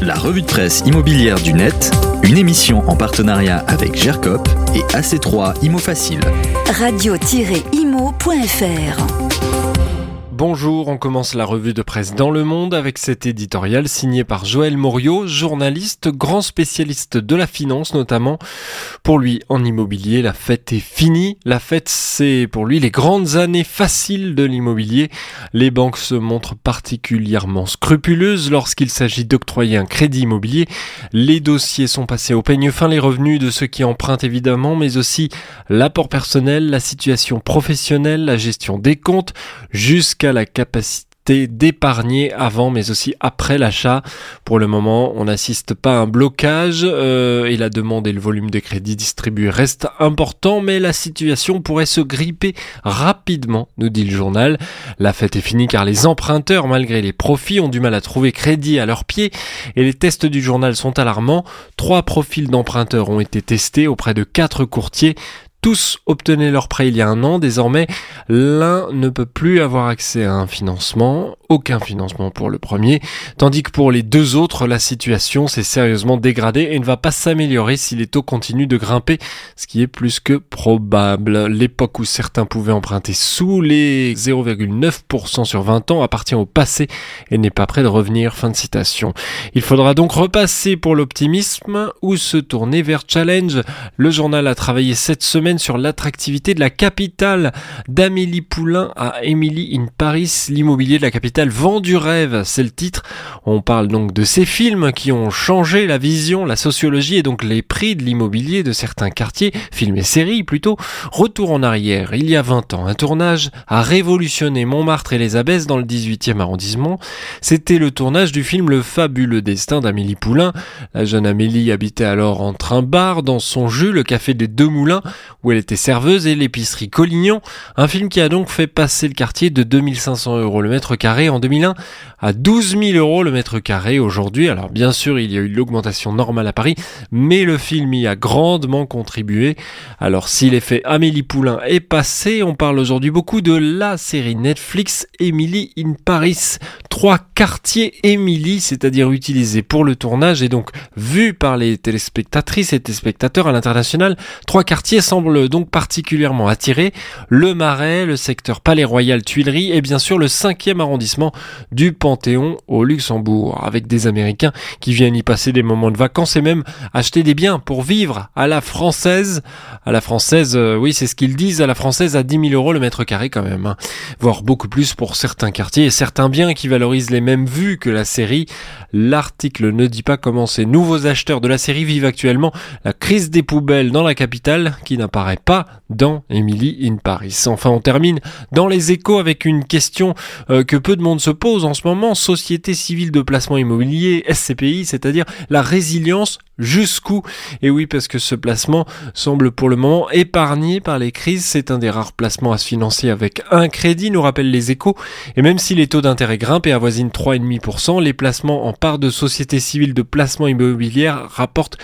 La revue de presse immobilière du net, une émission en partenariat avec GERCOP et AC3 Imo Facile. Radio-imo.fr. Bonjour, on commence la revue de presse dans le monde avec cet éditorial signé par Joël Moriot, journaliste, grand spécialiste de la finance notamment. Pour lui, en immobilier, la fête est finie. La fête, c'est pour lui les grandes années faciles de l'immobilier. Les banques se montrent particulièrement scrupuleuses lorsqu'il s'agit d'octroyer un crédit immobilier. Les dossiers sont passés au peigne fin, les revenus de ceux qui empruntent évidemment, mais aussi l'apport personnel, la situation professionnelle, la gestion des comptes, jusqu'à la capacité d'épargner avant mais aussi après l'achat. Pour le moment, on n'assiste pas à un blocage et la demande et le volume de crédits distribués restent importants, mais la situation pourrait se gripper rapidement, nous dit le journal. La fête est finie car les emprunteurs, malgré les profits, ont du mal à trouver crédit à leurs pieds et les tests du journal sont alarmants. 3 profils d'emprunteurs ont été testés auprès de 4 courtiers. Tous obtenaient leur prêt il y a un an. Désormais, l'un ne peut plus avoir accès à un financement, aucun financement pour le premier, tandis que pour les 2 autres, la situation s'est sérieusement dégradée et ne va pas s'améliorer si les taux continuent de grimper, ce qui est plus que probable. L'époque où certains pouvaient emprunter sous les 0,9% sur 20 ans appartient au passé et n'est pas près de revenir. Fin de citation. Il faudra donc repasser pour l'optimisme ou se tourner vers Challenge. Le journal a travaillé cette semaine sur l'attractivité de la capitale. d'Amélie Poulain à Emily in Paris, l'immobilier de la capitale vend du rêve, c'est le titre. On parle donc de ces films qui ont changé la vision, la sociologie et donc les prix de l'immobilier de certains quartiers, films et séries plutôt. Retour en arrière, il y a 20 ans, un tournage a révolutionné Montmartre et les Abbesses dans le 18e arrondissement. C'était le tournage du film Le fabuleux destin d'Amélie Poulain. La jeune Amélie habitait alors entre un bar dans son jus, le café des Deux Moulins, où elle était serveuse, et l'épicerie Collignon, un film qui a donc fait passer le quartier de 2500 € le mètre carré en 2001 à 12 000 € le mètre carré aujourd'hui. Alors bien sûr, il y a eu l'augmentation normale à Paris, mais le film y a grandement contribué. Alors si l'effet Amélie Poulain est passé, on parle aujourd'hui beaucoup de la série Netflix Emily in Paris. 3 quartiers Emily, c'est-à-dire utilisés pour le tournage et donc vus par les téléspectatrices et téléspectateurs à l'international. 3 quartiers semblent donc particulièrement attirés: le Marais, le secteur Palais Royal Tuileries et bien sûr le 5e arrondissement du Panthéon au Luxembourg, avec des Américains qui viennent y passer des moments de vacances et même acheter des biens pour vivre à la française. À la française, oui, c'est ce qu'ils disent, à la française à 10 000 € le mètre carré quand même, hein. Voire beaucoup plus pour certains quartiers et certains biens qui valorisent les mêmes vues que la série. L'article ne dit pas comment ces nouveaux acheteurs de la série vivent actuellement la crise des poubelles dans la capitale, qui n'apparaît pas dans Emily in Paris. Enfin, on termine dans les Échos avec une question que peu de monde se pose en ce moment: Société civile de placement immobilier, SCPI, c'est-à-dire la résilience, jusqu'où? Et oui, parce que ce placement semble pour le moment épargné par les crises. C'est un des rares placements à se financer avec un crédit, nous rappellent les Échos. Et même si les taux d'intérêt grimpent et avoisinent 3,5%, les placements en part de société civile de placement immobilière rapportent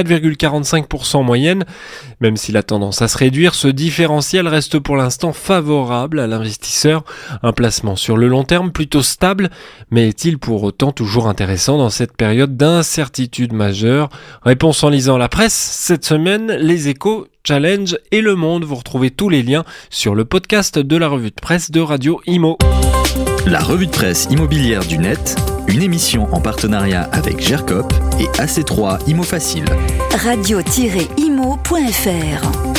4,45% en moyenne. Même si la tendance à se réduire, ce différentiel reste pour l'instant favorable à l'investisseur. Un placement sur le long terme plutôt stable, mais est-il pour autant toujours intéressant dans cette période d'incertitude majeure? Réponse en lisant la presse. Cette semaine, les Échos, Challenge et Le Monde. Vous retrouvez tous les liens sur le podcast de la revue de presse de Radio Imo. La revue de presse immobilière du net, une émission en partenariat avec GERCOP et AC3 Imo Facile. Radio-imo.fr.